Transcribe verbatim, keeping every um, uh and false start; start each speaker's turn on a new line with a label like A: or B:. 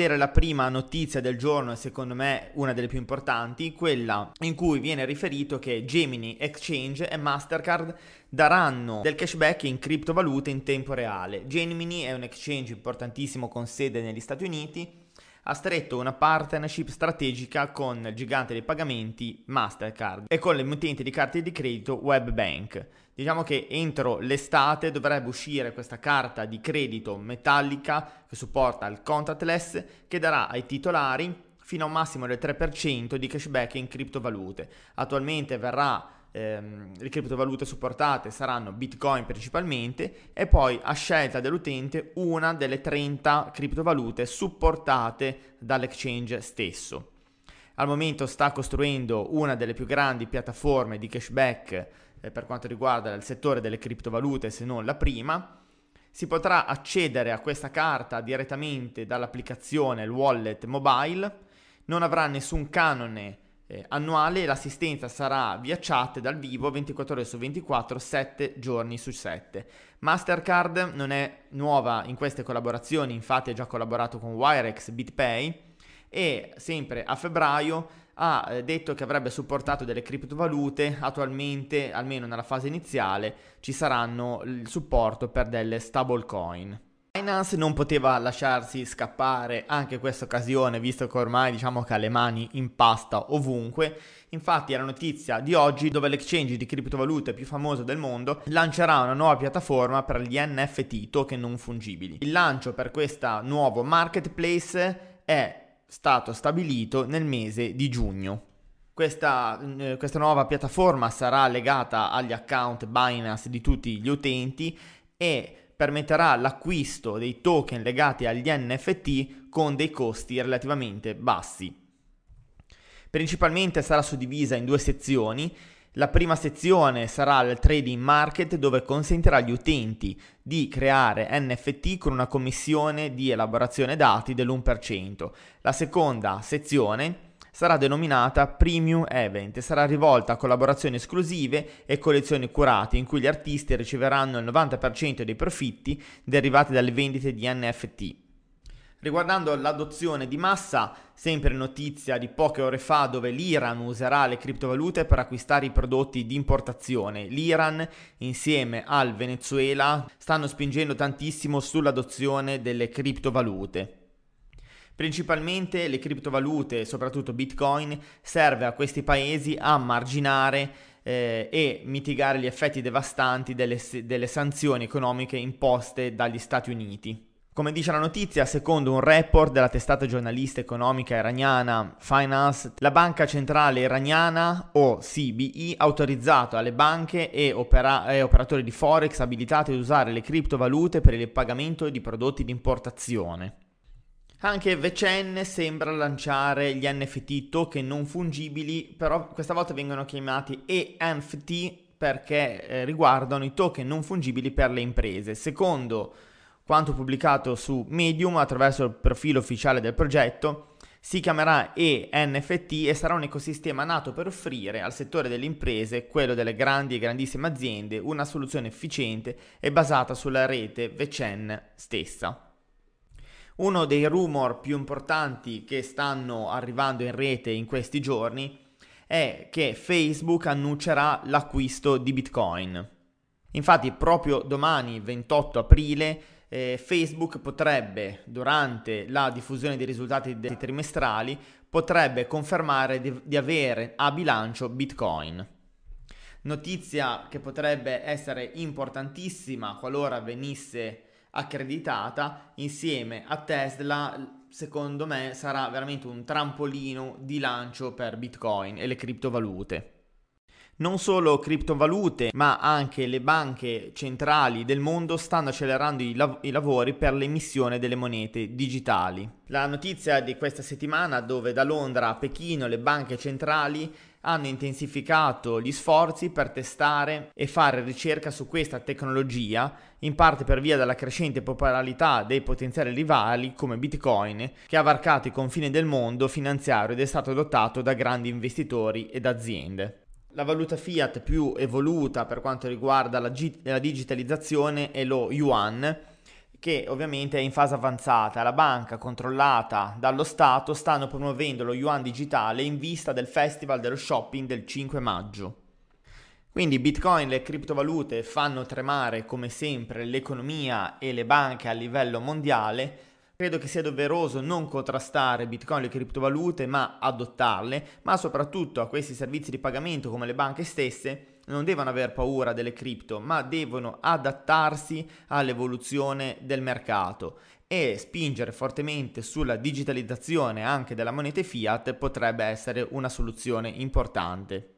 A: avere la prima notizia del giorno, e secondo me una delle più importanti, quella in cui viene riferito che Gemini Exchange e Mastercard daranno del cashback in criptovalute in tempo reale. Gemini è un exchange importantissimo con sede negli Stati Uniti, ha stretto una partnership strategica con il gigante dei pagamenti Mastercard e con l'emittente di carte di credito WebBank. Diciamo che entro l'estate dovrebbe uscire questa carta di credito metallica che supporta il contactless, che darà ai titolari fino a un massimo del tre per cento di cashback in criptovalute. Attualmente verrà ehm, le criptovalute supportate saranno Bitcoin principalmente, e poi a scelta dell'utente una delle trenta criptovalute supportate dall'exchange stesso. Al momento sta costruendo una delle più grandi piattaforme di cashback eh, per quanto riguarda il settore delle criptovalute, se non la prima. Si potrà accedere a questa carta direttamente dall'applicazione, il wallet mobile, non avrà nessun canone eh, annuale e l'assistenza sarà via chat dal vivo ventiquattro ore su ventiquattro, sette giorni su sette. Mastercard non è nuova in queste collaborazioni, infatti ha già collaborato con Wirex, BitPay, e sempre a febbraio ha eh, detto che avrebbe supportato delle criptovalute. Attualmente, almeno nella fase iniziale, ci saranno il supporto per delle stablecoin. Binance non poteva lasciarsi scappare anche questa occasione, visto che ormai diciamo che ha le mani in pasta ovunque. Infatti è la notizia di oggi dove l'exchange di criptovalute più famoso del mondo lancerà una nuova piattaforma per gli N F T, token non fungibili. Il lancio per questo nuovo marketplace è stato stabilito nel mese di giugno. Questa, eh, questa nuova piattaforma sarà legata agli account Binance di tutti gli utenti e permetterà l'acquisto dei token legati agli N F T con dei costi relativamente bassi. Principalmente sarà suddivisa in due sezioni. La prima sezione sarà il trading market, dove consentirà agli utenti di creare N F T con una commissione di elaborazione dati dell'uno per cento. La seconda sezione sarà denominata Premium Event e sarà rivolta a collaborazioni esclusive e collezioni curate, in cui gli artisti riceveranno il novanta per cento dei profitti derivati dalle vendite di N F T. Riguardando l'adozione di massa, sempre notizia di poche ore fa, dove l'Iran userà le criptovalute per acquistare i prodotti di importazione. L'Iran insieme al Venezuela stanno spingendo tantissimo sull'adozione delle criptovalute. Principalmente le criptovalute, soprattutto Bitcoin, serve a questi paesi a marginare eh, e mitigare gli effetti devastanti delle, delle sanzioni economiche imposte dagli Stati Uniti. Come dice la notizia, secondo un report della testata giornalista economica iraniana Finance, la banca centrale iraniana, o C B I, ha autorizzato alle banche e, opera- e operatori di Forex abilitati ad usare le criptovalute per il pagamento di prodotti di importazione. Anche VeChain sembra lanciare gli N F T, token non fungibili, però questa volta vengono chiamati E N F T perché eh, riguardano i token non fungibili per le imprese. Secondo quanto pubblicato su Medium attraverso il profilo ufficiale del progetto, si chiamerà E N F T e sarà un ecosistema nato per offrire al settore delle imprese, quello delle grandi e grandissime aziende, una soluzione efficiente e basata sulla rete VeChain stessa. Uno dei rumor più importanti che stanno arrivando in rete in questi giorni è che Facebook annuncerà l'acquisto di Bitcoin. Infatti proprio domani, ventotto aprile, eh, Facebook potrebbe, durante la diffusione dei risultati dei trimestrali, potrebbe confermare di, di avere a bilancio Bitcoin. Notizia che potrebbe essere importantissima qualora venisse accreditata. Insieme a Tesla, secondo me sarà veramente un trampolino di lancio per Bitcoin e le criptovalute. Non solo criptovalute, ma anche le banche centrali del mondo stanno accelerando i, lav- i lavori per l'emissione delle monete digitali. La notizia di questa settimana, dove da Londra a Pechino le banche centrali hanno intensificato gli sforzi per testare e fare ricerca su questa tecnologia, in parte per via della crescente popolarità dei potenziali rivali come Bitcoin, che ha varcato i confini del mondo finanziario ed è stato adottato da grandi investitori ed aziende. La valuta fiat più evoluta per quanto riguarda la, gi- la digitalizzazione è lo yuan, che ovviamente è in fase avanzata. La banca controllata dallo Stato stanno promuovendo lo yuan digitale in vista del Festival dello Shopping del cinque maggio. Quindi Bitcoin e le criptovalute fanno tremare come sempre l'economia e le banche a livello mondiale. Credo che sia doveroso non contrastare Bitcoin e le criptovalute, ma adottarle, ma soprattutto a questi servizi di pagamento come le banche stesse non devono aver paura delle cripto, ma devono adattarsi all'evoluzione del mercato, e spingere fortemente sulla digitalizzazione anche della moneta fiat potrebbe essere una soluzione importante.